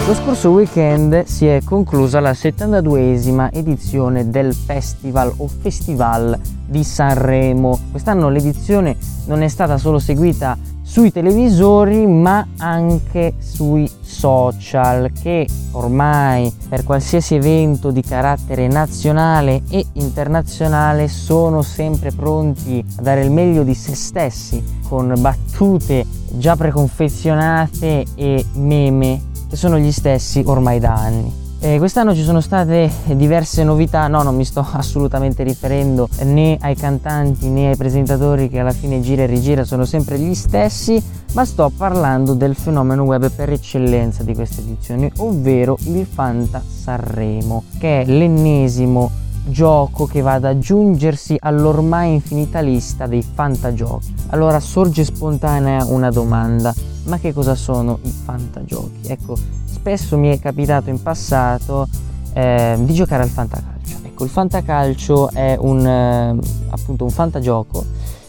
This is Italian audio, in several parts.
Lo scorso weekend si è conclusa la 72esima edizione del Festival o Festival di Sanremo. Quest'anno l'edizione non è stata solo seguita sui televisori ma anche sui social, che ormai per qualsiasi evento di carattere nazionale e internazionale sono sempre pronti a dare il meglio di se stessi con battute già preconfezionate e meme che sono gli stessi ormai da anni. Quest'anno ci sono state diverse novità, non mi sto assolutamente riferendo né ai cantanti né ai presentatori che alla fine gira e rigira sono sempre gli stessi, ma sto parlando del fenomeno web per eccellenza di questa edizione, ovvero il Fanta Sanremo, che è l'ennesimo gioco che va ad aggiungersi all'ormai infinita lista dei fantagiochi. Allora sorge spontanea una domanda: ma che cosa sono i fantagiochi? Ecco, spesso mi è capitato in passato di giocare al fantacalcio. Ecco, il fantacalcio è appunto un fantagioco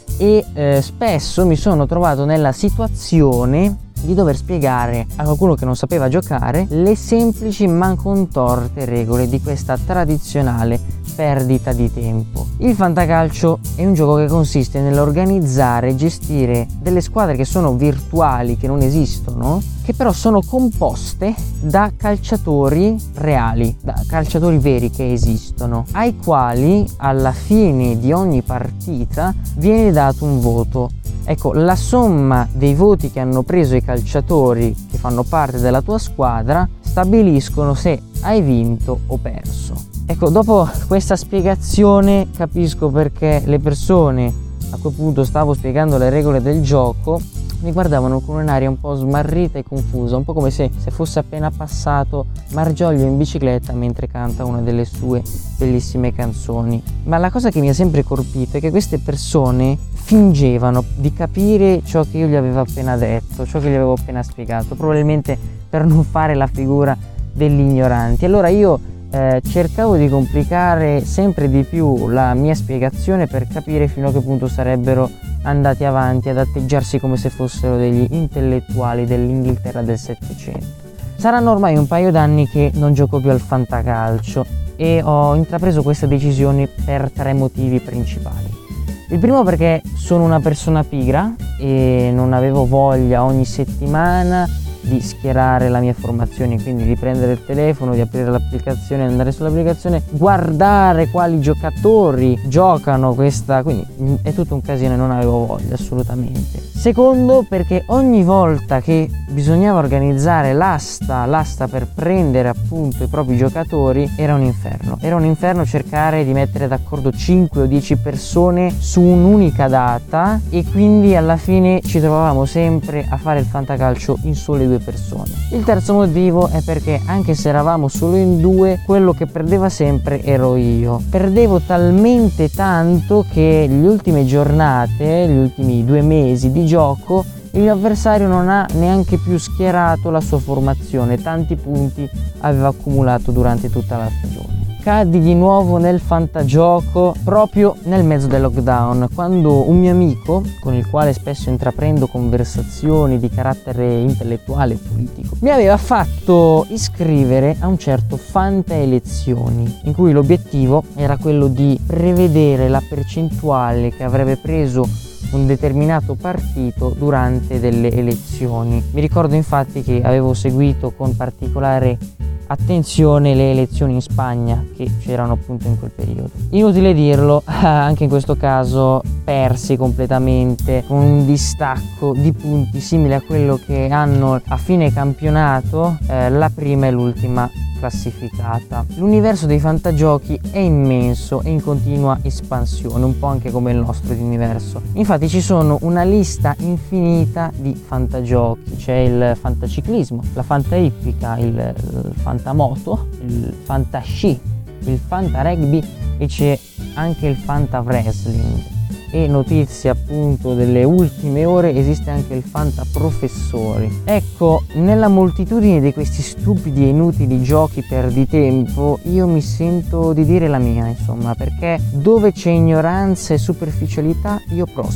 e spesso mi sono trovato nella situazione di dover spiegare a qualcuno che non sapeva giocare le semplici ma contorte regole di questa tradizionale perdita di tempo. Il fantacalcio è un gioco che consiste nell'organizzare e gestire delle squadre che sono virtuali, che non esistono, che però sono composte da calciatori reali, da calciatori veri che esistono, ai quali alla fine di ogni partita viene dato un voto. Ecco, la somma dei voti che hanno preso i calciatori che fanno parte della tua squadra stabiliscono se hai vinto o perso. Ecco, dopo questa spiegazione capisco perché le persone, a quel punto stavo spiegando le regole del gioco, mi guardavano con un'aria un po' smarrita e confusa, un po' come se fosse appena passato Margioglio in bicicletta mentre canta una delle sue bellissime canzoni. Ma la cosa che mi ha sempre colpito è che queste persone fingevano di capire ciò che io gli avevo appena detto, ciò che gli avevo appena spiegato, probabilmente per non fare la figura degli ignoranti. Allora io cercavo di complicare sempre di più la mia spiegazione per capire fino a che punto sarebbero andati avanti ad atteggiarsi come se fossero degli intellettuali dell'Inghilterra del Settecento. Saranno ormai un paio d'anni che non gioco più al fantacalcio e ho intrapreso questa decisione per 3 motivi principali. Il primo perché sono una persona pigra e non avevo voglia ogni settimana di schierare la mia formazione, quindi di prendere il telefono, di aprire l'applicazione, andare sull'applicazione, guardare quali giocatori giocano questa, quindi è tutto un casino e non avevo voglia assolutamente. Secondo perché ogni volta che bisognava organizzare l'asta per prendere appunto i propri giocatori era un inferno cercare di mettere d'accordo 5 o 10 persone su un'unica data e quindi alla fine ci trovavamo sempre a fare il fantacalcio in sole 2 persone. Il terzo motivo è perché anche se eravamo solo in 2, quello che perdeva sempre ero io. Perdevo talmente tanto che le ultime giornate, gli ultimi 2 mesi di gioco, il mio avversario non ha neanche più schierato la sua formazione, tanti punti aveva accumulato durante tutta la stagione. Caddi di nuovo nel fantagioco proprio nel mezzo del lockdown, quando un mio amico, con il quale spesso intraprendo conversazioni di carattere intellettuale e politico, mi aveva fatto iscrivere a un certo Fanta Elezioni, in cui l'obiettivo era quello di prevedere la percentuale che avrebbe preso un determinato partito durante delle elezioni. Mi ricordo infatti che avevo seguito con particolare attenzione le elezioni in Spagna che c'erano appunto in quel periodo. Inutile dirlo, anche in questo caso persi completamente, con un distacco di punti simile a quello che hanno a fine campionato la prima e l'ultima classificata. L'universo dei fantagiochi è immenso e in continua espansione, un po' anche come il nostro universo. Infatti ci sono una lista infinita di fantagiochi, c'è il fantaciclismo, la fantaippica, il fantamoto, il fantasci, il fantarugby e c'è anche il fantawrestling. E notizie appunto delle ultime ore, esiste anche il fantaprofessori. Ecco, nella moltitudine di questi stupidi e inutili giochi perditempo io mi sento di dire la mia, insomma, perché dove c'è ignoranza e superficialità io prospero.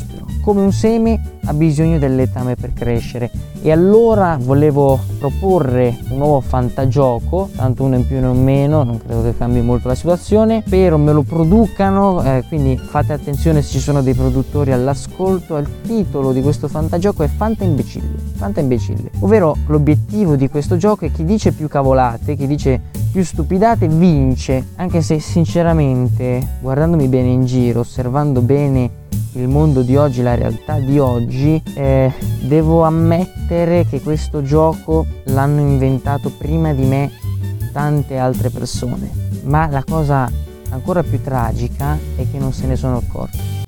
come un seme ha bisogno del letame per crescere. E allora volevo proporre un nuovo fantagioco, tanto uno in più e uno in meno, non credo che cambi molto la situazione. Spero me lo producano, quindi fate attenzione se ci sono dei produttori all'ascolto. Il titolo di questo fantagioco è Fanta Imbecille, ovvero l'obiettivo di questo gioco è chi dice più cavolate, chi dice più stupidate vince, anche se sinceramente, guardandomi bene in giro, osservando bene il mondo di oggi, la realtà di oggi, devo ammettere che questo gioco l'hanno inventato prima di me tante altre persone, ma la cosa ancora più tragica è che non se ne sono accorti.